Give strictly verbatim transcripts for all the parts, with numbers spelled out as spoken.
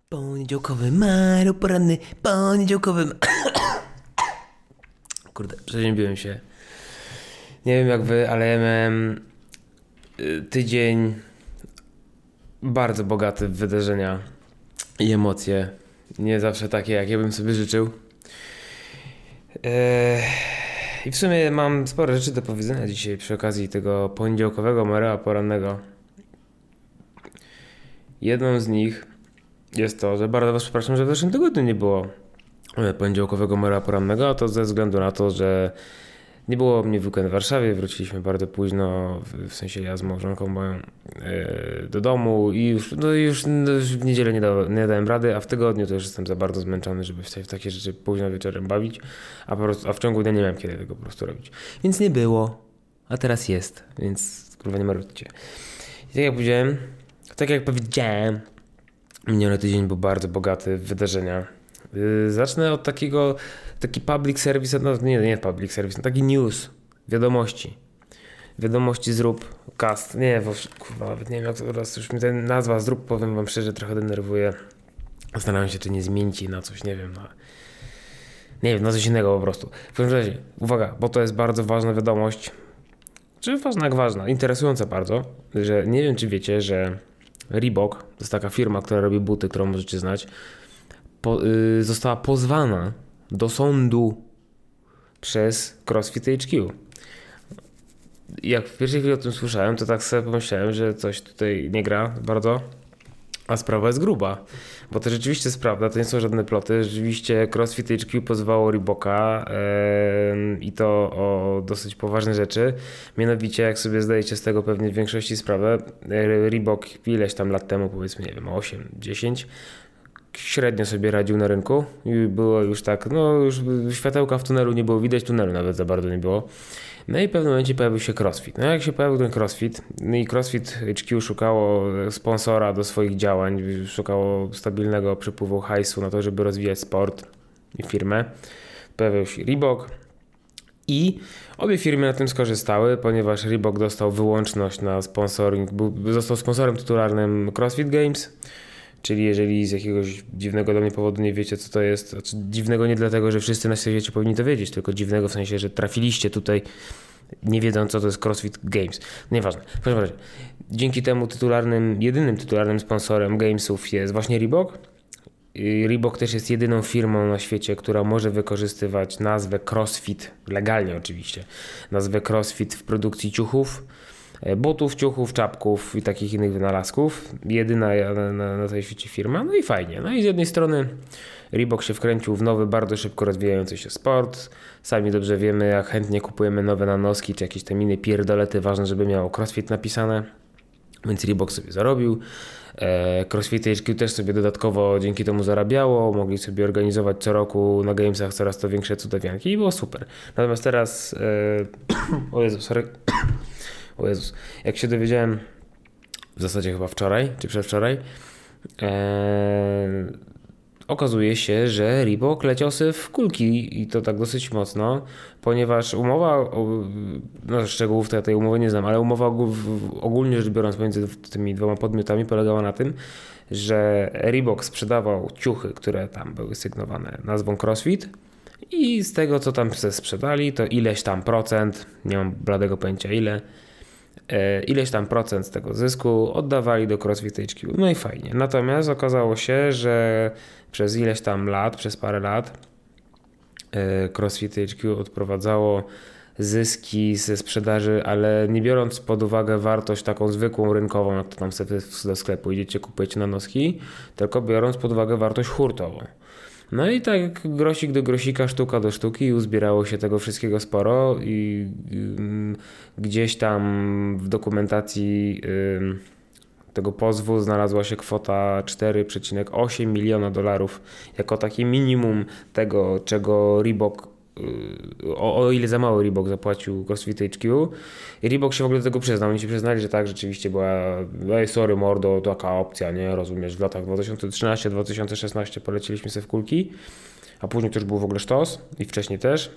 Poniedziałkowy Mario poranny, poniedziałkowy... Kurde, przeziębiłem się. Nie wiem jak wy, ale ja miałem tydzień bardzo bogaty w wydarzenia i emocje. Nie zawsze takie, jak ja bym sobie życzył. Eee, I w sumie mam sporo rzeczy do powiedzenia dzisiaj przy okazji tego poniedziałkowego Maria porannego. Jedną z nich jest to, że bardzo was przepraszam, że w zeszłym tygodniu nie było poniedziałkowego Maria porannego, a to ze względu na to, że nie było mnie w weekend w Warszawie, wróciliśmy bardzo późno, w sensie ja z małżonką moją yy, do domu i już, no już, no już w niedzielę nie, da, nie dałem rady, a w tygodniu to już jestem za bardzo zmęczony, żeby w takie rzeczy późno wieczorem bawić, a, po prostu, a w ciągu dnia nie miałem kiedy tego po prostu robić. Więc nie było, a teraz jest, więc kurwa nie marudźcie. I tak jak powiedziałem, tak jak powiedziałem, miniony tydzień był bardzo bogaty w wydarzenia. Yy, zacznę od takiego, taki public service, no nie, nie public service, no taki news, wiadomości. Wiadomości zrób, cast, nie, bo, kurwa, nawet nie wiem jak to teraz, już mi ten nazwa zrób, powiem wam szczerze, trochę denerwuje. Zastanawiam się, czy nie zmienić jej na coś, nie wiem, na, nie wiem, na coś innego po prostu. W każdym razie, uwaga, bo to jest bardzo ważna wiadomość, czy ważna jak ważna, interesująca bardzo, że nie wiem, czy wiecie, że Reebok, to jest taka firma, która robi buty, którą możecie znać, Po, y, została pozwana do sądu przez CrossFit H Q. Jak w pierwszej chwili o tym słyszałem, to tak sobie pomyślałem, że coś tutaj nie gra bardzo, a sprawa jest gruba. Bo to rzeczywiście jest prawda, to nie są żadne ploty. Rzeczywiście CrossFit H Q pozwało Reeboka yy, i to o dosyć poważne rzeczy. Mianowicie, jak sobie zdajecie z tego pewnie w większości sprawę, Reebok ileś tam lat temu, powiedzmy, nie wiem, osiem dziesięć, średnio sobie radził na rynku i było już tak, no już światełka w tunelu nie było widać, tunelu nawet za bardzo nie było. No i w pewnym momencie pojawił się CrossFit. No jak się pojawił ten CrossFit, no i CrossFit H Q szukało sponsora do swoich działań, szukało stabilnego przepływu hajsu na to, żeby rozwijać sport i firmę. Pojawił się Reebok i obie firmy na tym skorzystały, ponieważ Reebok dostał wyłączność na sponsoring, był, został sponsorem tytularnym CrossFit Games. Czyli jeżeli z jakiegoś dziwnego dla mnie powodu nie wiecie, co to jest, znaczy dziwnego nie dlatego, że wszyscy na świecie powinni to wiedzieć, tylko dziwnego w sensie, że trafiliście tutaj nie wiedząc, co to jest CrossFit Games. Nieważne. W każdym razie, dzięki temu tytularnym, jedynym tytularnym sponsorem Gamesów jest właśnie Reebok. I Reebok też jest jedyną firmą na świecie, która może wykorzystywać nazwę CrossFit, legalnie oczywiście, nazwę CrossFit w produkcji ciuchów, butów, ciuchów, czapków i takich innych wynalazków. Jedyna na, na, na tej świecie firma. No i fajnie. No i z jednej strony Reebok się wkręcił w nowy, bardzo szybko rozwijający się sport. Sami dobrze wiemy, jak chętnie kupujemy nowe nanoski czy jakieś tam inne pierdolety. Ważne, żeby miało CrossFit napisane. Więc Reebok sobie zarobił. CrossFit H Q też sobie dodatkowo dzięki temu zarabiało. Mogli sobie organizować co roku na Gamesach coraz to większe cudawianki i było super. Natomiast teraz... o Jezu, sorry... O Jezus, jak się dowiedziałem w zasadzie chyba wczoraj, czy przedwczoraj, ee, okazuje się, że Reebok leciał sobie w kulki i to tak dosyć mocno, ponieważ umowa, no szczegółów tej umowy nie znam, ale umowa ogólnie rzecz biorąc między tymi dwoma podmiotami polegała na tym, że Reebok sprzedawał ciuchy, które tam były sygnowane nazwą CrossFit i z tego co tam sprzedali, to ileś tam procent, nie mam bladego pojęcia ile, ileś tam procent z tego zysku oddawali do CrossFit H Q. No i fajnie. Natomiast okazało się, że przez ileś tam lat, przez parę lat CrossFit H Q odprowadzało zyski ze sprzedaży, ale nie biorąc pod uwagę wartość taką zwykłą rynkową, jak to tam sobie do sklepu idziecie, kupujecie na noski, tylko biorąc pod uwagę wartość hurtową. No i tak grosik do grosika, sztuka do sztuki i uzbierało się tego wszystkiego sporo i y, gdzieś tam w dokumentacji y, tego pozwu znalazła się kwota cztery przecinek osiem miliona dolarów jako takie minimum tego, czego Reebok, y, o, o ile za mało Reebok zapłacił CrossFit H Q. I Reebok się w ogóle do tego przyznał. Oni się przyznali, że tak, rzeczywiście była, ej sorry mordo, taka opcja, nie, rozumiesz, w latach dwa tysiące trzynasty dwa tysiące szesnasty poleciliśmy sobie w kulki, a później to już był w ogóle sztos i wcześniej też.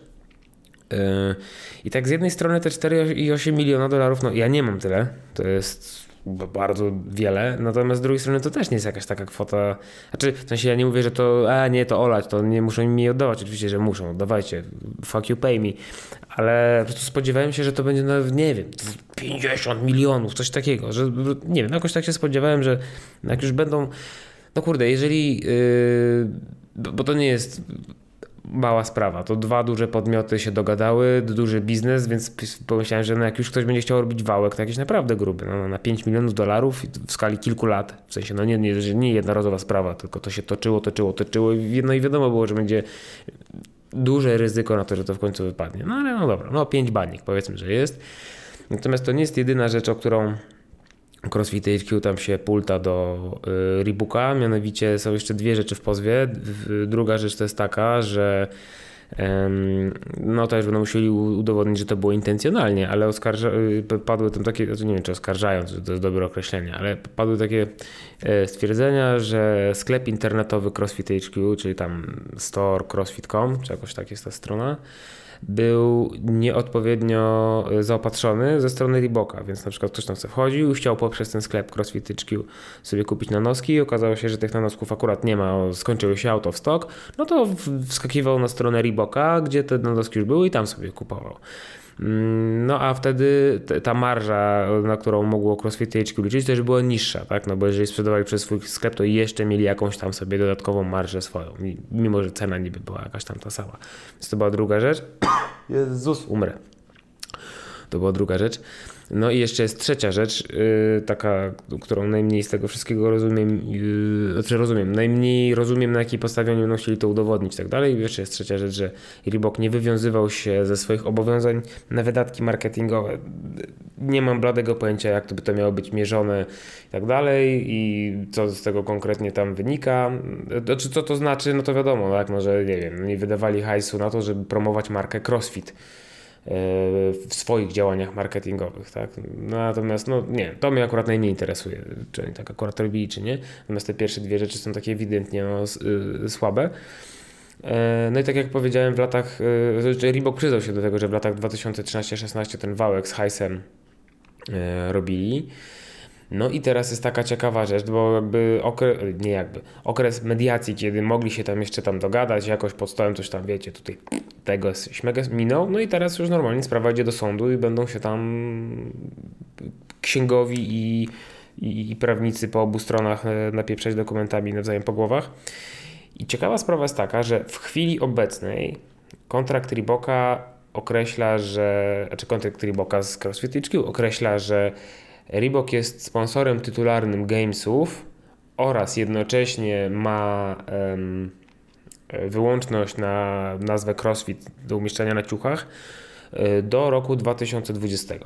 Yy, I tak z jednej strony te cztery i osiem miliona dolarów, no ja nie mam tyle, to jest bardzo wiele, natomiast z drugiej strony to też nie jest jakaś taka kwota, znaczy w sensie ja nie mówię, że to, a nie, to olać, to nie muszą mi oddawać, oczywiście, że muszą, dawajcie, fuck you, pay me, ale po prostu spodziewałem się, że to będzie, no nie wiem, pięćdziesiąt milionów, coś takiego, że nie wiem, jakoś tak się spodziewałem, że jak już będą, no kurde, jeżeli, yy, bo to nie jest mała sprawa, to dwa duże podmioty się dogadały, duży biznes, więc pomyślałem, że no jak już ktoś będzie chciał robić wałek, to jakiś naprawdę gruby, no, na pięć milionów dolarów w skali kilku lat, w sensie no nie, nie, nie jednorazowa sprawa, tylko to się toczyło, toczyło, toczyło i no i wiadomo było, że będzie duże ryzyko na to, że to w końcu wypadnie. No ale no dobra, no pięć banik powiedzmy, że jest. Natomiast to nie jest jedyna rzecz, o którą CrossFit H Q tam się pulta do y, Reeboka, mianowicie są jeszcze dwie rzeczy w pozwie. Druga rzecz to jest taka, że ym, no to już będą musieli udowodnić, że to było intencjonalnie, ale oskarża, y, padły tam takie, nie wiem czy oskarżając, to jest dobre określenie, ale padły takie y, stwierdzenia, że sklep internetowy CrossFit H Q, czyli tam store crossfit kropka com, czy jakoś tak jest ta strona, był nieodpowiednio zaopatrzony ze strony Reeboka, więc na przykład ktoś tam sobie wchodził i chciał poprzez ten sklep CrossFit H Q sobie kupić nanoski i okazało się, że tych nanosków akurat nie ma, skończyły się out of stock, no to wskakiwał na stronę Reeboka, gdzie te nanoski już były i tam sobie kupował. No a wtedy ta marża, na którą mogło CrossFit H Q liczyć, też była niższa, tak? No bo jeżeli sprzedawali przez swój sklep, to jeszcze mieli jakąś tam sobie dodatkową marżę swoją, mimo że cena niby była jakaś tam ta sama. Więc to była druga rzecz. Jezus, umrę. To była druga rzecz. No i jeszcze jest trzecia rzecz, yy, taka, którą najmniej z tego wszystkiego rozumiem, yy, znaczy rozumiem, najmniej rozumiem, na jakiej podstawie oni będą chcieli to udowodnić i tak dalej. I jeszcze jest trzecia rzecz, że Reebok nie wywiązywał się ze swoich obowiązań na wydatki marketingowe. Nie mam bladego pojęcia, jak to by to miało być mierzone i tak dalej i co z tego konkretnie tam wynika. Znaczy, co to znaczy, no to wiadomo, tak? No, że nie wiem, nie wydawali hajsu na to, żeby promować markę CrossFit w swoich działaniach marketingowych, tak? Natomiast no nie, to mnie akurat najmniej interesuje, czy oni tak akurat robili, czy nie. Natomiast te pierwsze dwie rzeczy są takie ewidentnie no, słabe. No i tak jak powiedziałem, w latach, Reebok przyznał się do tego, że w latach dwa tysiące trzynaście szesnaście ten wałek z hajsem robili. No i teraz jest taka ciekawa rzecz, bo jakby okres, nie jakby, okres mediacji, kiedy mogli się tam jeszcze tam dogadać, jakoś pod stołem coś tam, wiecie, tutaj tego śmega minął, no i teraz już normalnie sprawa idzie do sądu i będą się tam księgowi i, i, i prawnicy po obu stronach napieprzać dokumentami nawzajem po głowach. I ciekawa sprawa jest taka, że w chwili obecnej kontrakt Reeboka określa, że, znaczy kontrakt Reeboka z CrossFit H Q określa, że Reebok jest sponsorem tytularnym Gamesów oraz jednocześnie ma um, wyłączność na nazwę CrossFit do umieszczania na ciuchach do roku dwa tysiące dwudziestego.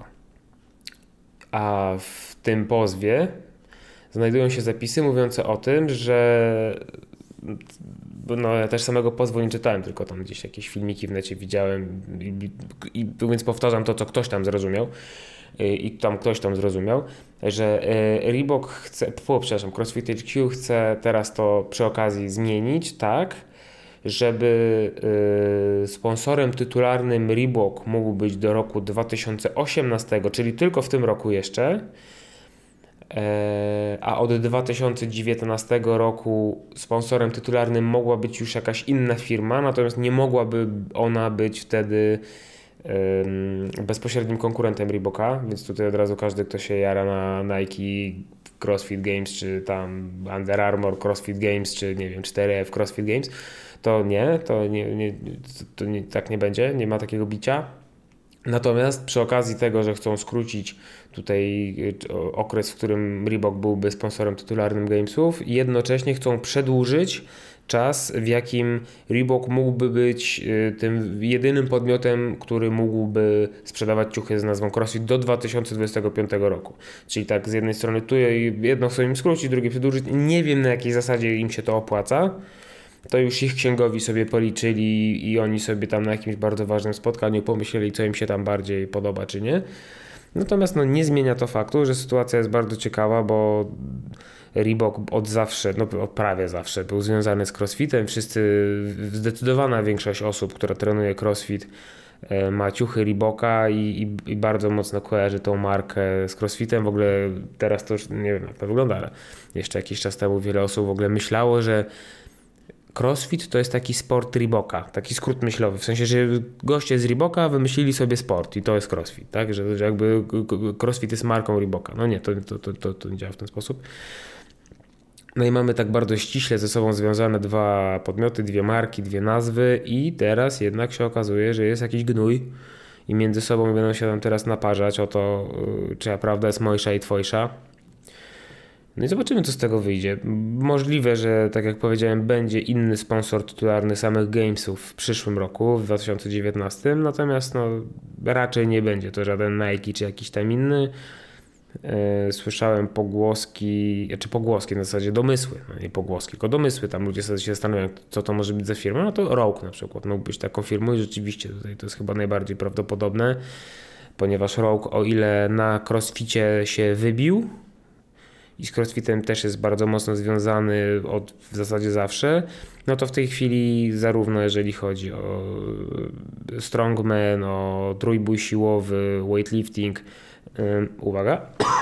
A w tym pozwie znajdują się zapisy mówiące o tym, że no ja też samego pozwu nie czytałem, tylko tam gdzieś jakieś filmiki w necie widziałem i, i, i więc powtarzam to, co ktoś tam zrozumiał. I tam ktoś tam zrozumiał, że Reebok chce, po, przepraszam, CrossFit H Q chce teraz to przy okazji zmienić tak, żeby sponsorem tytularnym Reebok mógł być do roku dwa tysiące osiemnastego, czyli tylko w tym roku jeszcze, a od dwa tysiące dziewiętnastego roku sponsorem tytularnym mogła być już jakaś inna firma, natomiast nie mogłaby ona być wtedy bezpośrednim konkurentem Reeboka, więc tutaj od razu każdy, kto się jara na Nike CrossFit Games, czy tam Under Armour CrossFit Games, czy nie wiem, cztery F CrossFit Games, to nie, to nie, nie, to nie, tak nie będzie, nie ma takiego bicia. Natomiast przy okazji tego, że chcą skrócić tutaj okres, w którym Reebok byłby sponsorem tytularnym Gamesów, jednocześnie chcą przedłużyć czas, w jakim Reebok mógłby być tym jedynym podmiotem, który mógłby sprzedawać ciuchy z nazwą CrossFit do dwa tysiące dwudziestego piątego roku. Czyli tak z jednej strony tu jedno chcą im skrócić, drugie przedłużyć. Nie wiem, na jakiej zasadzie im się to opłaca. To już ich księgowi sobie policzyli i oni sobie tam na jakimś bardzo ważnym spotkaniu pomyśleli, co im się tam bardziej podoba, czy nie. Natomiast no, nie zmienia to faktu, że sytuacja jest bardzo ciekawa, bo Reebok od zawsze, no od prawie zawsze był związany z crossfitem. Wszyscy, zdecydowana większość osób, która trenuje crossfit, ma ciuchy Reeboka i, i, i bardzo mocno kojarzy tą markę z crossfitem. W ogóle teraz to już nie wiem jak to wygląda, ale jeszcze jakiś czas temu wiele osób w ogóle myślało, że crossfit to jest taki sport Reeboka, taki skrót myślowy, w sensie, że goście z Reeboka wymyślili sobie sport i to jest crossfit, tak, że, że jakby crossfit jest marką Reeboka. No nie, to, to, to, to, to nie działa w ten sposób. No i mamy tak bardzo ściśle ze sobą związane dwa podmioty, dwie marki, dwie nazwy i teraz jednak się okazuje, że jest jakiś gnój i między sobą będą się tam teraz naparzać o to, czyja prawda jest mojsza i twojsza. No i zobaczymy, co z tego wyjdzie. Możliwe, że tak jak powiedziałem, będzie inny sponsor tytularny samych Gamesów w przyszłym roku, w dwa tysiące dziewiętnastym, natomiast no, raczej nie będzie to żaden Nike czy jakiś tam inny. Słyszałem pogłoski, czy pogłoski na zasadzie domysły, no nie pogłoski, tylko domysły, tam ludzie sobie się zastanawiają, co to może być za firma, no to Rogue na przykład mógł być taką firmą i rzeczywiście tutaj to jest chyba najbardziej prawdopodobne, ponieważ Rogue, o ile na crossficie się wybił i z crossfitem też jest bardzo mocno związany od w zasadzie zawsze, no to w tej chwili zarówno jeżeli chodzi o strongman, o trójbój siłowy, weightlifting, um, uwaga,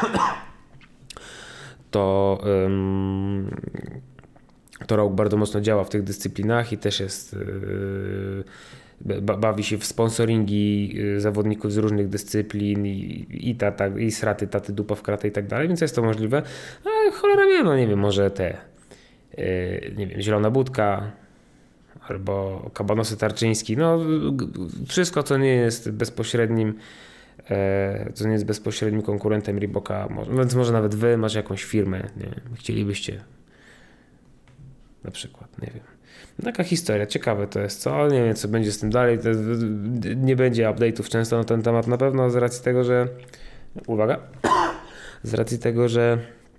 to um, to Rogue bardzo mocno działa w tych dyscyplinach i też jest yy, bawi się w sponsoringi zawodników z różnych dyscyplin i, i, tata, i sraty, taty, dupa w kratę i tak dalej, więc jest to możliwe. A cholera wie, no nie wiem, może te yy, nie wiem, Zielona Budka albo Kabanosy Tarczyński, no wszystko co nie jest bezpośrednim yy, co nie jest bezpośrednim konkurentem Reeboka, więc może nawet wy macie jakąś firmę, nie wiem, chcielibyście na przykład, nie wiem. Taka historia, ciekawe to jest, co? Nie wiem, co będzie z tym dalej. To nie będzie update'ów często na ten temat na pewno, z racji tego, że uwaga, z racji tego, że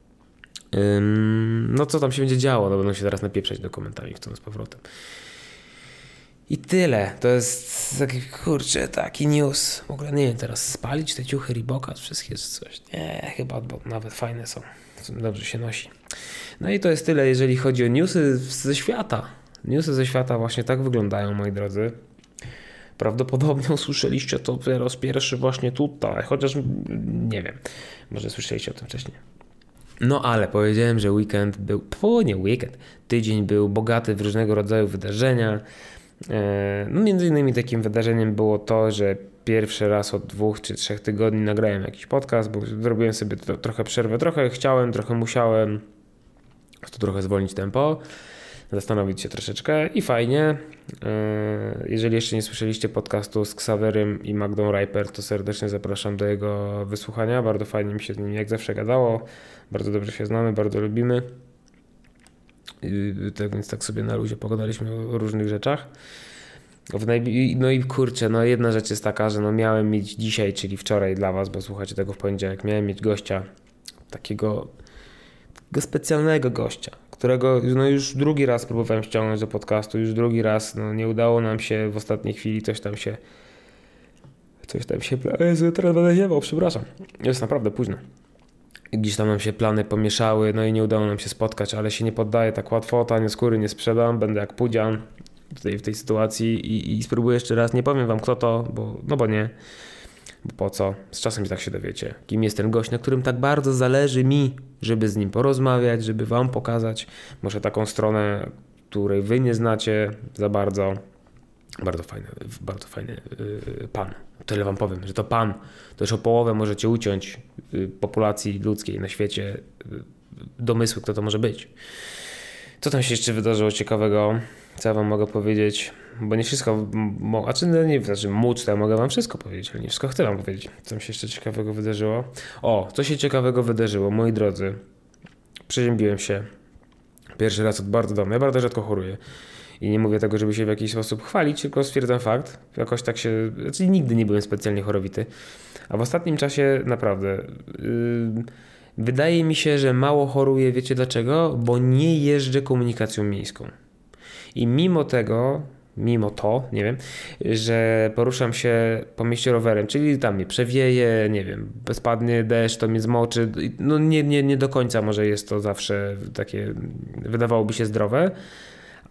ym, no co tam się będzie działo, no będą się teraz napieprzać do komentarzy, chcą z powrotem. I tyle. To jest taki, kurczę, taki news. W ogóle nie wiem, teraz spalić te ciuchy Reeboka, wszystkie czy coś. Nie, chyba, bo nawet fajne są. Dobrze się nosi. No i to jest tyle, jeżeli chodzi o newsy ze świata. Newsy ze świata właśnie tak wyglądają, moi drodzy. Prawdopodobnie usłyszeliście to po raz pierwszy właśnie tutaj, chociaż nie wiem, może słyszeliście o tym wcześniej. No ale powiedziałem, że weekend był, po nie weekend, tydzień był bogaty w różnego rodzaju wydarzenia. No między innymi takim wydarzeniem było to, że pierwszy raz od dwóch czy trzech tygodni nagrałem jakiś podcast, bo zrobiłem sobie to, trochę przerwę, trochę chciałem, trochę musiałem to trochę zwolnić tempo, zastanowić się troszeczkę i fajnie. Jeżeli jeszcze nie słyszeliście podcastu z Xaverym i Magdą Rajper, to serdecznie zapraszam do jego wysłuchania. Bardzo fajnie mi się z nim jak zawsze gadało. Bardzo dobrze się znamy, bardzo lubimy. Tak więc tak sobie na luzie pogadaliśmy o różnych rzeczach. No i kurczę, no jedna rzecz jest taka, że no miałem mieć dzisiaj, czyli wczoraj dla was, bo słuchacie tego w poniedziałek, miałem mieć gościa, takiego, takiego specjalnego gościa, którego no już drugi raz próbowałem ściągnąć do podcastu, już drugi raz, no nie udało nam się w ostatniej chwili, coś tam się coś tam się, Jezu, teraz będę ziewał, przepraszam, jest naprawdę późno. Gdzieś tam nam się plany pomieszały, no i nie udało nam się spotkać, ale się nie poddaję tak łatwo, tanie skóry nie sprzedam, będę jak pudzian tutaj w tej sytuacji i, i spróbuję jeszcze raz, nie powiem wam kto to, bo, no bo nie, bo po co, z czasem i tak się dowiecie, kim jest ten gość, na którym tak bardzo zależy mi, żeby z nim porozmawiać, żeby wam pokazać może taką stronę, której wy nie znacie za bardzo. Bardzo fajny, bardzo fajny yy, pan. Tyle wam powiem, że to pan, to już o połowę możecie uciąć yy, populacji ludzkiej na świecie, yy, domysły, kto to może być. Co tam się jeszcze wydarzyło ciekawego? Co ja wam mogę powiedzieć? Bo nie wszystko, mo- a czy no nie, znaczy móc, to ja mogę wam wszystko powiedzieć, ale nie wszystko chcę wam powiedzieć. Co tam się jeszcze ciekawego wydarzyło? O, co się ciekawego wydarzyło, moi drodzy. Przeziębiłem się. Pierwszy raz od bardzo dawna. Ja bardzo rzadko choruję. I nie mówię tego, żeby się w jakiś sposób chwalić, tylko stwierdzam fakt. Jakoś tak się... Znaczy nigdy nie byłem specjalnie chorowity. A w ostatnim czasie naprawdę... Yy, wydaje mi się, że mało choruję. Wiecie dlaczego? Bo nie jeżdżę komunikacją miejską. I mimo tego... Mimo to, nie wiem, że poruszam się po mieście rowerem, czyli tam mnie przewieje, nie wiem, spadnie deszcz, to mnie zmoczy. No nie, nie, nie do końca może jest to zawsze takie, wydawałoby się zdrowe.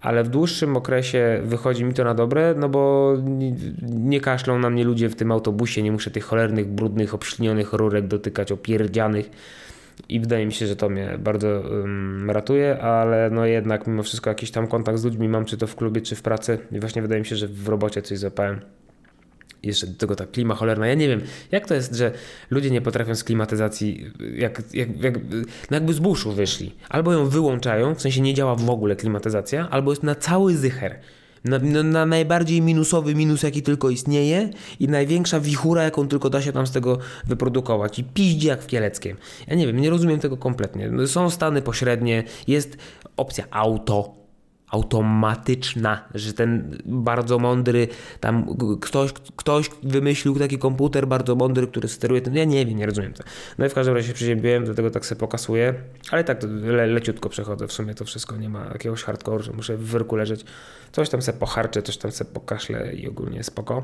ale w dłuższym okresie wychodzi mi to na dobre, no bo nie kaszlą na mnie ludzie w tym autobusie, nie muszę tych cholernych, brudnych, obślinionych rurek dotykać, opierdzianych i wydaje mi się, że to mnie bardzo um, ratuje, ale no jednak mimo wszystko jakiś tam kontakt z ludźmi mam, czy to w klubie, czy w pracy i właśnie wydaje mi się, że w robocie coś złapałem. Jeszcze do tego ta klima cholerna. Ja nie wiem, jak to jest, że ludzie nie potrafią z klimatyzacji, jak, jak, jak, no jakby z buszu wyszli. Albo ją wyłączają, w sensie nie działa w ogóle klimatyzacja, albo jest na cały zycher. Na, na, na najbardziej minusowy minus, jaki tylko istnieje i największa wichura, jaką tylko da się tam z tego wyprodukować. I piździ jak w Kieleckiem. Ja nie wiem, nie rozumiem tego kompletnie. Są stany pośrednie, jest opcja auto. Automatyczna, że ten bardzo mądry, tam ktoś, ktoś wymyślił taki komputer bardzo mądry, który steruje tym, ja nie wiem, nie rozumiem to. No i w każdym razie się przeziębiłem, do tego tak sobie pokasuję, ale tak le, leciutko przechodzę, w sumie to wszystko nie ma jakiegoś hardcore, że muszę w wyrku leżeć, coś tam sobie pocharczę, coś tam sobie pokaszlę i ogólnie spoko.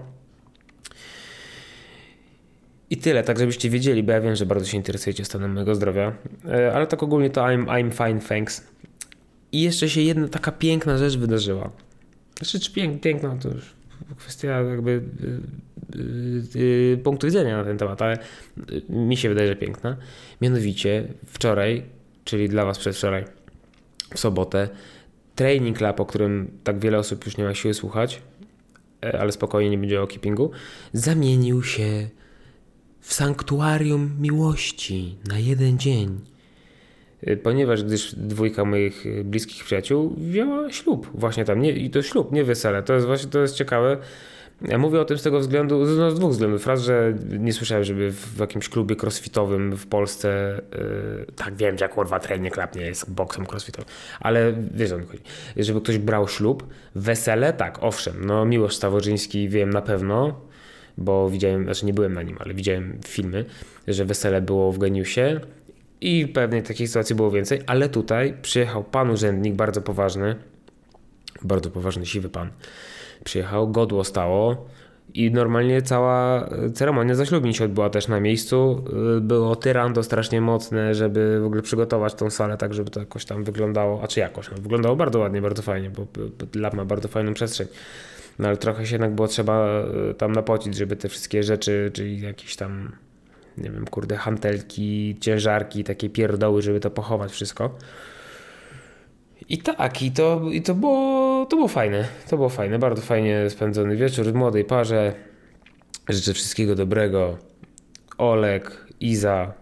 I tyle, tak żebyście wiedzieli, bo ja wiem, że bardzo się interesujecie stanem mojego zdrowia, ale tak ogólnie to I'm, I'm fine, thanks. I jeszcze się jedna taka piękna rzecz wydarzyła. Znaczy, czy pięk, piękna, to już kwestia jakby yy, yy, yy, punktu widzenia na ten temat, ale yy, mi się wydaje, że piękna. Mianowicie wczoraj, czyli dla was przedwczoraj, w sobotę, Training Lab, o którym tak wiele osób już nie ma siły słuchać, yy, ale spokojnie, nie będzie o keepingu, zamienił się w sanktuarium miłości na jeden dzień. Ponieważ gdyż dwójka moich bliskich przyjaciół wzięła ślub właśnie tam, nie, i to ślub, nie wesele, to jest właśnie, to jest ciekawe. Ja mówię o tym z tego względu, no z dwóch względów. Raz, że nie słyszałem, żeby w jakimś klubie crossfitowym w Polsce, yy, tak wiem, że kurwa Training Club nie jest boksem crossfitowym, ale wiesz o co mi chodzi, żeby ktoś brał ślub, wesele, tak, owszem, no Miłosz Stawożyński wiem na pewno, bo widziałem, znaczy nie byłem na nim, ale widziałem filmy, że wesele było w Geniusie. I pewnie takich sytuacji było więcej, ale tutaj przyjechał pan urzędnik, bardzo poważny, bardzo poważny, siwy pan. Przyjechał, godło stało i normalnie cała ceremonia zaślubin się odbyła też na miejscu. Było tyrando strasznie mocne, żeby w ogóle przygotować tą salę tak, żeby to jakoś tam wyglądało, a czy jakoś, no, wyglądało bardzo ładnie, bardzo fajnie, bo lab ma bardzo fajną przestrzeń. No ale trochę się jednak było trzeba tam napocić, żeby te wszystkie rzeczy, czyli jakieś tam, nie wiem, kurde, hantelki, ciężarki, takie pierdoły, żeby to pochować wszystko. I tak, i to, i to było, to było fajne, to było fajne, bardzo fajnie spędzony wieczór w młodej parze. Życzę wszystkiego dobrego. Olek, Iza.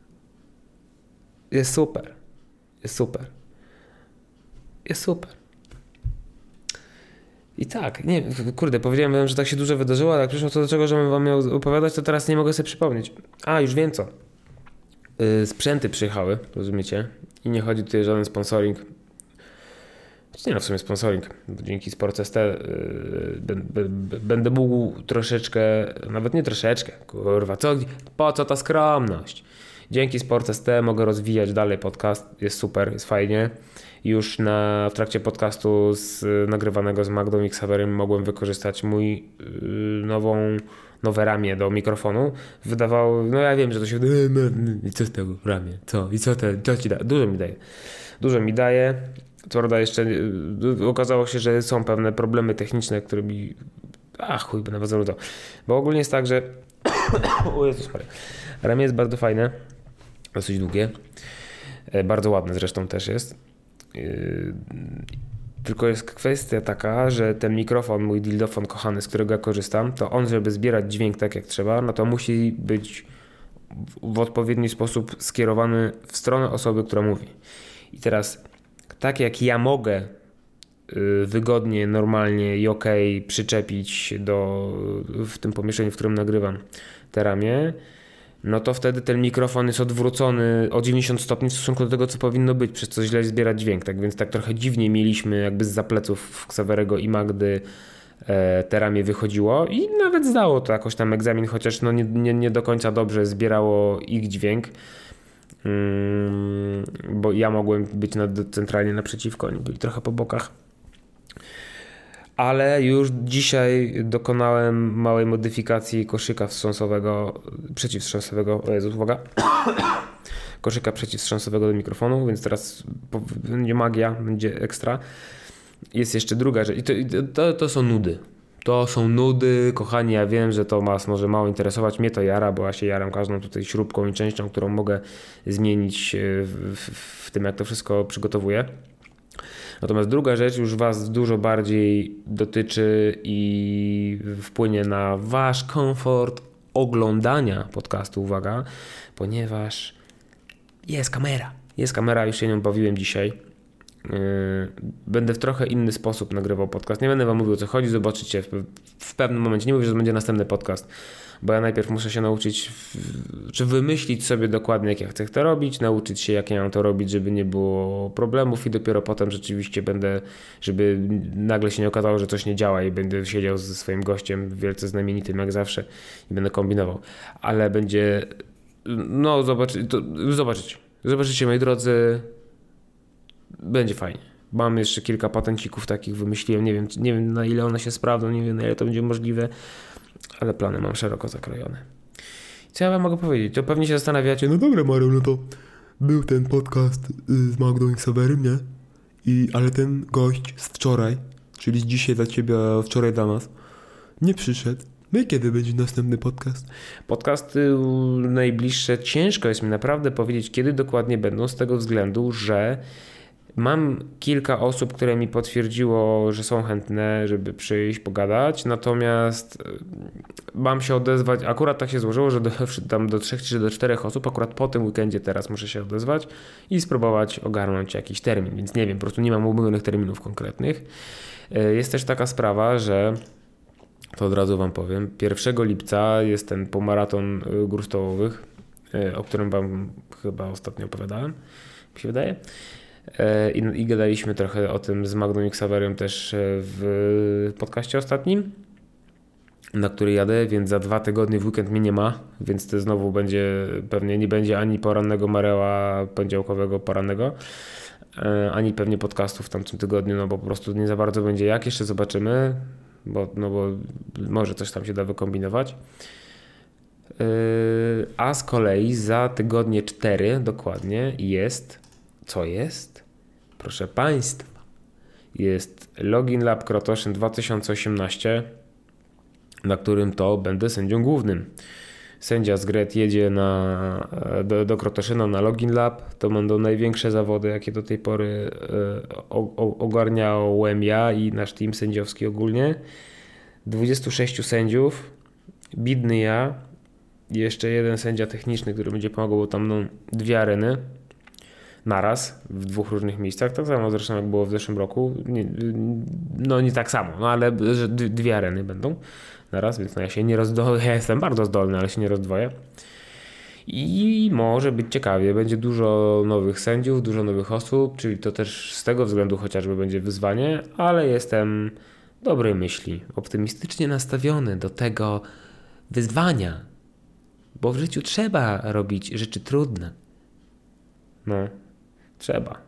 Jest super, jest super, jest super. I tak, nie, kurde, powiedziałem wam, że tak się dużo wydarzyło, ale jak przyszło to do czego, żebym wam miał opowiadać, to teraz nie mogę sobie przypomnieć. A, już wiem co. Yy, sprzęty przyjechały, rozumiecie? I nie chodzi tutaj o żaden sponsoring. Nie no, w sumie sponsoring. Dzięki Sport S T yy, b, b, b, będę mógł troszeczkę, nawet nie troszeczkę, kurwa, co, po co ta skromność? Dzięki Sport S T mogę rozwijać dalej podcast, jest super, jest fajnie. Już na, w trakcie podcastu z, nagrywanego z Magdą i Xaverem mogłem wykorzystać mój yy, nową, nowe ramię do mikrofonu. Wydawało, no ja wiem, że to się i co z tego ramię, co, i co, te, co ci da, dużo mi daje, dużo mi daje. Co prawda jeszcze yy, okazało się, że są pewne problemy techniczne, które mi, ach chuj, będę was zanudzał, bo ogólnie jest tak, że o Jezus Maria, ramię jest bardzo fajne, dosyć długie, yy, bardzo ładne zresztą też jest. Yy, tylko jest kwestia taka, że ten mikrofon, mój dildofon kochany, z którego ja korzystam, to on, żeby zbierać dźwięk tak jak trzeba, no to musi być w, w odpowiedni sposób skierowany w stronę osoby, która mówi. I teraz tak jak ja mogę yy, wygodnie, normalnie i okej okay, przyczepić do, w tym pomieszczeniu, w którym nagrywam te ramię, no to wtedy ten mikrofon jest odwrócony o dziewięćdziesiąt stopni w stosunku do tego, co powinno być, przez co źle zbierać dźwięk. Tak więc tak trochę dziwnie mieliśmy jakby zza pleców Xaverego i Magdy e, te ramię wychodziło i nawet zdało to jakoś tam egzamin, chociaż no nie, nie, nie do końca dobrze zbierało ich dźwięk, mm, bo ja mogłem być na, centralnie naprzeciwko, oni byli trochę po bokach. Ale już dzisiaj dokonałem małej modyfikacji koszyka wstrząsowego, przeciwwstrząsowego, o Jezus, uwaga, koszyka przeciwwstrząsowego do mikrofonu, więc teraz będzie magia, będzie ekstra. jest jeszcze druga rzecz i to, to, to są nudy. To są nudy, kochani, ja wiem, że to was może mało interesować, mnie to jara, bo ja się jaram każdą tutaj śrubką i częścią, którą mogę zmienić w, w, w tym, jak to wszystko przygotowuję. Natomiast druga rzecz już was dużo bardziej dotyczy i wpłynie na wasz komfort oglądania podcastu, uwaga, ponieważ jest kamera. Jest kamera, już się nią bawiłem dzisiaj. Będę w trochę inny sposób nagrywał podcast. Nie będę wam mówił, o co chodzi, zobaczycie w, w pewnym momencie. Nie mówię, że to będzie następny podcast, bo ja najpierw muszę się nauczyć, czy wymyślić sobie dokładnie, jak ja chcę to robić, nauczyć się, jak ja mam to robić, żeby nie było problemów i dopiero potem rzeczywiście będę, żeby nagle się nie okazało, że coś nie działa i będę siedział ze swoim gościem wielce znamienitym jak zawsze i będę kombinował. Ale będzie, no zobaczy, to, zobaczycie. Zobaczycie, moi drodzy, będzie fajnie. Mam jeszcze kilka patencików takich, wymyśliłem, nie wiem, nie wiem na ile one się sprawdzą, nie wiem na ile to będzie możliwe, ale plany mam szeroko zakrojone. Co ja wam mogę powiedzieć? To pewnie się zastanawiacie, no dobra Mario, no to był ten podcast z Magdą i Xaverym, nie? I, ale ten gość z wczoraj, czyli z dzisiaj dla ciebie, a wczoraj dla nas, nie przyszedł. No i kiedy będzie następny podcast? Podcasty najbliższe, ciężko jest mi naprawdę powiedzieć, kiedy dokładnie będą, z tego względu, że mam kilka osób, które mi potwierdziło, że są chętne, żeby przyjść, pogadać, natomiast mam się odezwać, akurat tak się złożyło, że do, tam do trzech czy do czterech osób, akurat po tym weekendzie teraz muszę się odezwać i spróbować ogarnąć jakiś termin, więc nie wiem, po prostu nie mam umówionych terminów konkretnych. Jest też taka sprawa, że to od razu wam powiem, pierwszego lipca jest ten półmaraton gór stołowych, o którym wam chyba ostatnio opowiadałem, mi się wydaje. I, I gadaliśmy trochę o tym z Magdą i Xaverem też w podcaście ostatnim, na który jadę, więc za dwa tygodnie w weekend mnie nie ma, więc to znowu będzie, pewnie nie będzie ani porannego Mareła poniedziałkowego porannego, ani pewnie podcastów w tamtym tygodniu, no bo po prostu nie za bardzo będzie jak, jeszcze zobaczymy, bo, no bo może coś tam się da wykombinować. A z kolei za tygodnie cztery dokładnie jest, co jest? Proszę Państwa, jest Login Lab Krotoszyn dwa tysiące osiemnaście, na którym to będę sędzią głównym. Sędzia z Gret jedzie na, do, do Krotoszyna na Login Lab. To będą największe zawody, jakie do tej pory o, o, ogarniałem ja i nasz team sędziowski ogólnie. dwudziestu sześciu sędziów, bidny ja i jeszcze jeden sędzia techniczny, który będzie pomagał, bo tam no, dwie areny naraz w dwóch różnych miejscach, tak samo zresztą jak było w zeszłym roku, nie, no nie tak samo, no ale że dwie areny będą naraz, więc no ja się nie rozdwoję, ja jestem bardzo zdolny, ale się nie rozdwoję i może być ciekawie, będzie dużo nowych sędziów, dużo nowych osób, czyli to też z tego względu chociażby będzie wyzwanie, ale jestem dobrej myśli, optymistycznie nastawiony do tego wyzwania, bo w życiu trzeba robić rzeczy trudne. No, trzeba.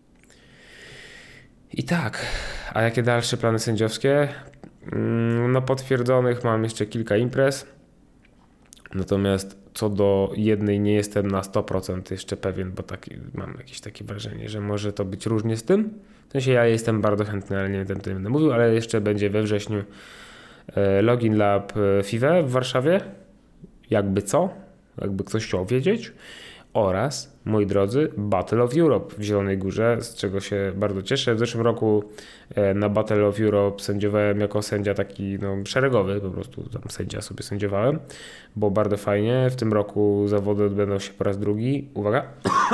I tak, a jakie dalsze plany sędziowskie? No potwierdzonych mam jeszcze kilka imprez, natomiast co do jednej nie jestem na sto procent jeszcze pewien, bo taki, mam jakieś takie wrażenie, że może to być różnie z tym. W sensie ja jestem bardzo chętny, ale nie będę będę mówił, ale jeszcze będzie we wrześniu Login Lab F I W E w Warszawie, jakby co, jakby ktoś chciał wiedzieć. Oraz, moi drodzy, Battle of Europe w Zielonej Górze, z czego się bardzo cieszę. W zeszłym roku na Battle of Europe sędziowałem jako sędzia taki no, szeregowy, po prostu tam sędzia sobie sędziowałem. Było bardzo fajnie. W tym roku zawody odbędą się po raz drugi. Uwaga.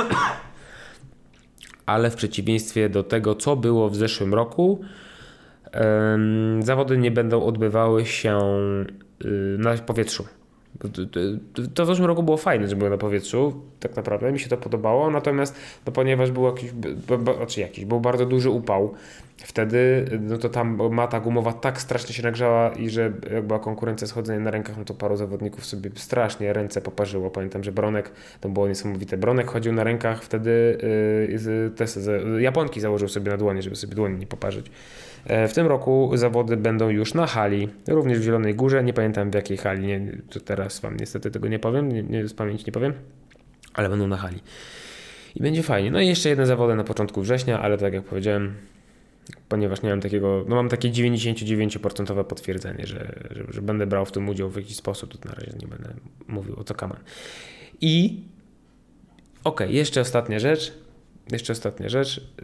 Ale w przeciwieństwie do tego, co było w zeszłym roku, um, zawody nie będą odbywały się y, na powietrzu. To w zeszłym roku było fajne, że były na powietrzu, tak naprawdę mi się to podobało, natomiast no, ponieważ był jakiś, znaczy jakiś, był bardzo duży upał, wtedy no to tam mata gumowa tak strasznie się nagrzała i że jak była konkurencja schodzenia na rękach, no to paru zawodników sobie strasznie ręce poparzyło. Pamiętam, że Bronek, to było niesamowite, Bronek chodził na rękach wtedy, yy, te, japonki założył sobie na dłonie, żeby sobie dłoni nie poparzyć. W tym roku zawody będą już na hali, również w Zielonej Górze, nie pamiętam w jakiej hali, nie, to teraz wam niestety tego nie powiem, nie, nie, z pamięci nie powiem, ale będą na hali. I będzie fajnie. No i jeszcze jedne zawody na początku września, ale tak jak powiedziałem, ponieważ nie mam takiego, no mam takie dziewięćdziesiąt dziewięć procent potwierdzenie, że, że, że będę brał w tym udział w jakiś sposób, to na razie nie będę mówił o co kaman. I okej, okay, jeszcze ostatnia rzecz, jeszcze ostatnia rzecz, yy,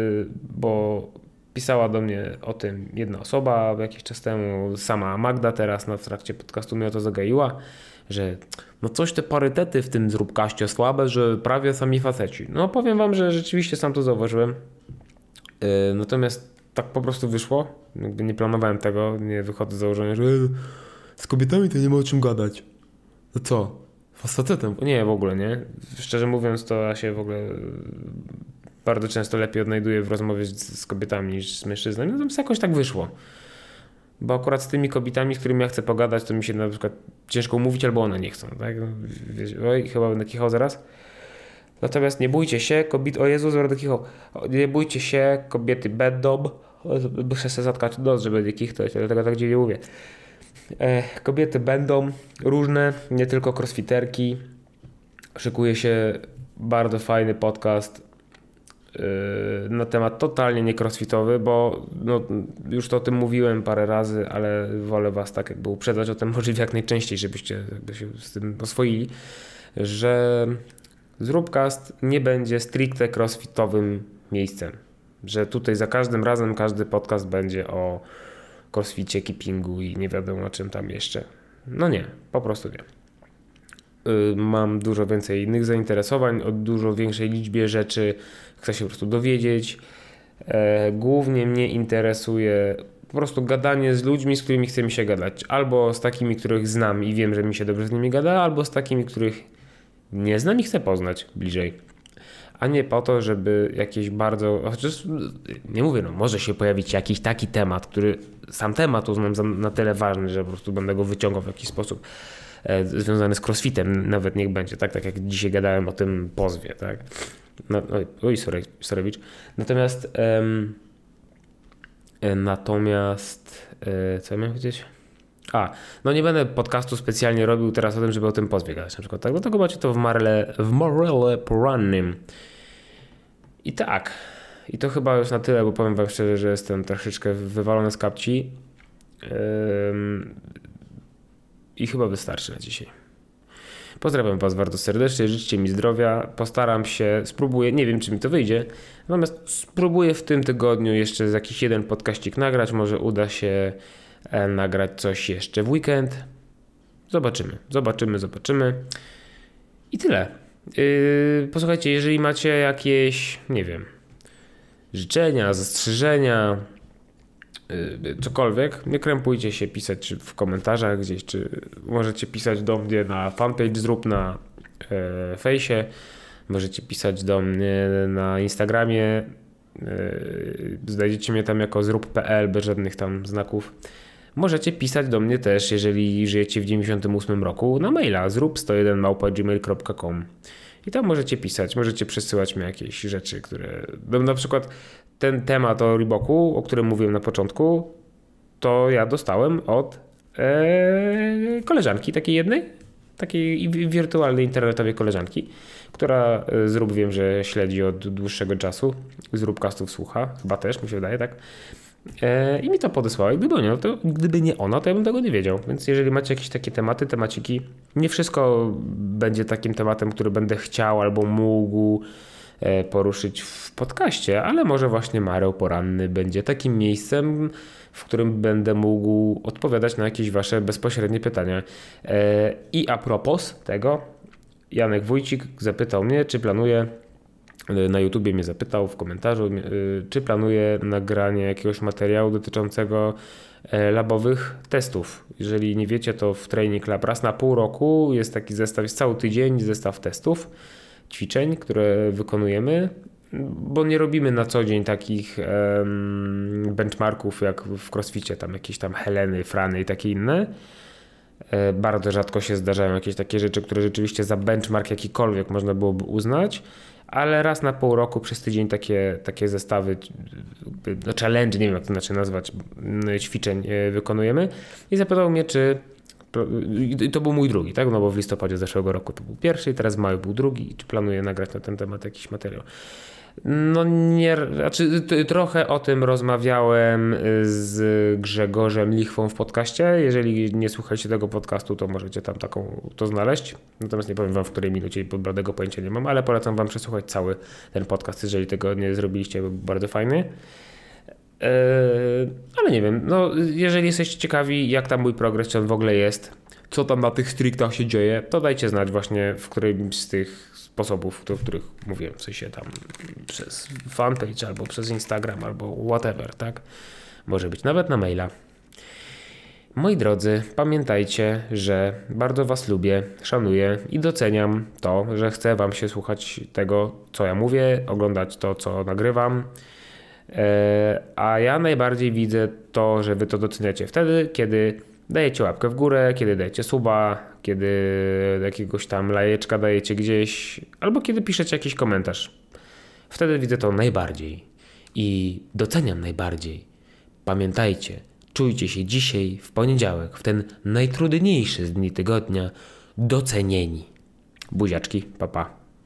bo pisała do mnie o tym jedna osoba jakiś czas temu, sama Magda teraz na w trakcie podcastu mnie o to zagaiła, że no coś te parytety w tym Zróbkaście słabe, że prawie sami faceci. No powiem wam, że rzeczywiście sam to zauważyłem. Yy, natomiast tak po prostu wyszło. Jakby nie planowałem tego, nie wychodzę z założenia, że z kobietami to nie ma o czym gadać. No co? Z facetem? Nie, w ogóle nie. Szczerze mówiąc, to ja się w ogóle bardzo często lepiej odnajduję w rozmowie z, z kobietami niż z mężczyznami. Natomiast jakoś tak wyszło. Bo akurat z tymi kobietami, z którymi ja chcę pogadać, to mi się na przykład ciężko umówić, albo one nie chcą. Tak? Oj, chyba będę kichał zaraz. Natomiast nie bójcie się, kobiet... O Jezus, będę kichał. Nie bójcie się, kobiety będą. Muszę sobie zatkać nos, żeby nie kichnąć, dlatego tak dziwnie mówię. E, kobiety będą różne, nie tylko crossfiterki. Szykuje się bardzo fajny podcast na temat totalnie nie crossfitowy, bo no, już to o tym mówiłem parę razy, ale wolę was tak jakby uprzedzać o tym możliwie jak najczęściej, żebyście jakby się z tym oswoili, że Zróbcast nie będzie stricte crossfitowym miejscem, że tutaj za każdym razem każdy podcast będzie o crossficie, keepingu i nie wiadomo o czym tam jeszcze. No nie, po prostu nie. Mam dużo więcej innych zainteresowań, o dużo większej liczbie rzeczy chcę się po prostu dowiedzieć. Głównie mnie interesuje po prostu gadanie z ludźmi, z którymi chce mi się gadać. Albo z takimi, których znam i wiem, że mi się dobrze z nimi gada, albo z takimi, których nie znam i chcę poznać bliżej. A nie po to, żeby jakieś bardzo... Chociaż nie mówię, no może się pojawić jakiś taki temat, który sam temat uznam za na tyle ważny, że po prostu będę go wyciągał w jakiś sposób związany z crossfitem, nawet niech będzie, tak, tak jak dzisiaj gadałem o tym pozwie, tak. No, oj, oj sorry, Sorewicz. Natomiast um, natomiast e, co ja miałem powiedzieć? A, no nie będę podcastu specjalnie robił teraz o tym, żeby o tym pozwie gadać na przykład, tak, dlatego macie to w Marle, w Morele porannym. I tak, i to chyba już na tyle, bo powiem wam szczerze, że jestem troszeczkę wywalony z kapci. Um, I chyba wystarczy na dzisiaj. Pozdrawiam was bardzo serdecznie, życzcie mi zdrowia, postaram się, spróbuję, nie wiem czy mi to wyjdzie, natomiast spróbuję w tym tygodniu jeszcze z jakiś jeden podcaścik nagrać, może uda się nagrać coś jeszcze w weekend. Zobaczymy, zobaczymy, zobaczymy. I tyle. Yy, posłuchajcie, jeżeli macie jakieś, nie wiem, życzenia, zastrzeżenia, cokolwiek, nie krępujcie się pisać czy w komentarzach gdzieś, czy możecie pisać do mnie na fanpage Zrób na e, fejsie, możecie pisać do mnie na Instagramie, e, znajdziecie mnie tam jako zrób kropka p l bez żadnych tam znaków. Możecie pisać do mnie też, jeżeli żyjecie w dziewięćdziesiątym ósmym roku, na maila zrób sto jeden małpa gmail kropka com. I tam możecie pisać, możecie przesyłać mi jakieś rzeczy, które... No, na przykład ten temat o Reeboku, o którym mówiłem na początku, to ja dostałem od e, koleżanki takiej jednej, takiej wirtualnej, internetowej koleżanki, która e, Zrób wiem, że śledzi od dłuższego czasu, Zróbcastów słucha, chyba też mi się wydaje, tak? E, I mi to podesłała. I gdyby nie, to, gdyby nie ona, to ja bym tego nie wiedział. Więc jeżeli macie jakieś takie tematy, temaciki, nie wszystko będzie takim tematem, który będę chciał albo mógł e, poruszyć w podcaście, ale może właśnie Mareł Poranny będzie takim miejscem, w którym będę mógł odpowiadać na jakieś wasze bezpośrednie pytania. E, I a propos tego, Janek Wójcik zapytał mnie, czy planuję na YouTubie mnie zapytał w komentarzu, czy planuję nagranie jakiegoś materiału dotyczącego labowych testów. Jeżeli nie wiecie, to w Training Lab raz na pół roku jest taki zestaw, jest cały tydzień zestaw testów, ćwiczeń, które wykonujemy, bo nie robimy na co dzień takich benchmarków jak w crossficie, tam jakieś tam Heleny, Frany i takie inne. Bardzo rzadko się zdarzają jakieś takie rzeczy, które rzeczywiście za benchmark jakikolwiek można byłoby uznać, ale raz na pół roku przez tydzień takie, takie zestawy, no challenge, nie wiem jak to inaczej nazwać, ćwiczeń wykonujemy. I zapytał mnie, czy i to był mój drugi, tak? No bo w listopadzie zeszłego roku to był pierwszy i teraz w maju był drugi. Czy planuję nagrać na ten temat jakiś materiał? No nie, znaczy t- trochę o tym rozmawiałem z Grzegorzem Lichwą w podcaście. Jeżeli nie słuchacie tego podcastu, to możecie tam taką to znaleźć. Natomiast nie powiem wam w której minucie, bo bladego pojęcia nie mam, ale polecam wam przesłuchać cały ten podcast, jeżeli tego nie zrobiliście, bo był bardzo fajny. Eee, ale nie wiem, no jeżeli jesteście ciekawi jak tam mój progres, czy on w ogóle jest, co tam na tych striktach się dzieje, to dajcie znać właśnie w którymś z tych sposobów, o których mówiłem, w sensie tam przez fanpage, albo przez Instagram, albo whatever, tak? Może być nawet na maila. Moi drodzy, pamiętajcie, że bardzo was lubię, szanuję i doceniam to, że chcę wam się słuchać tego, co ja mówię, oglądać to, co nagrywam. A ja najbardziej widzę to, że wy to doceniacie wtedy, kiedy dajecie łapkę w górę, kiedy dajecie suba, kiedy jakiegoś tam lajeczka dajecie gdzieś, albo kiedy piszecie jakiś komentarz. Wtedy widzę to najbardziej i doceniam najbardziej. Pamiętajcie, czujcie się dzisiaj w poniedziałek, w ten najtrudniejszy z dni tygodnia, docenieni. Buziaczki, pa pa.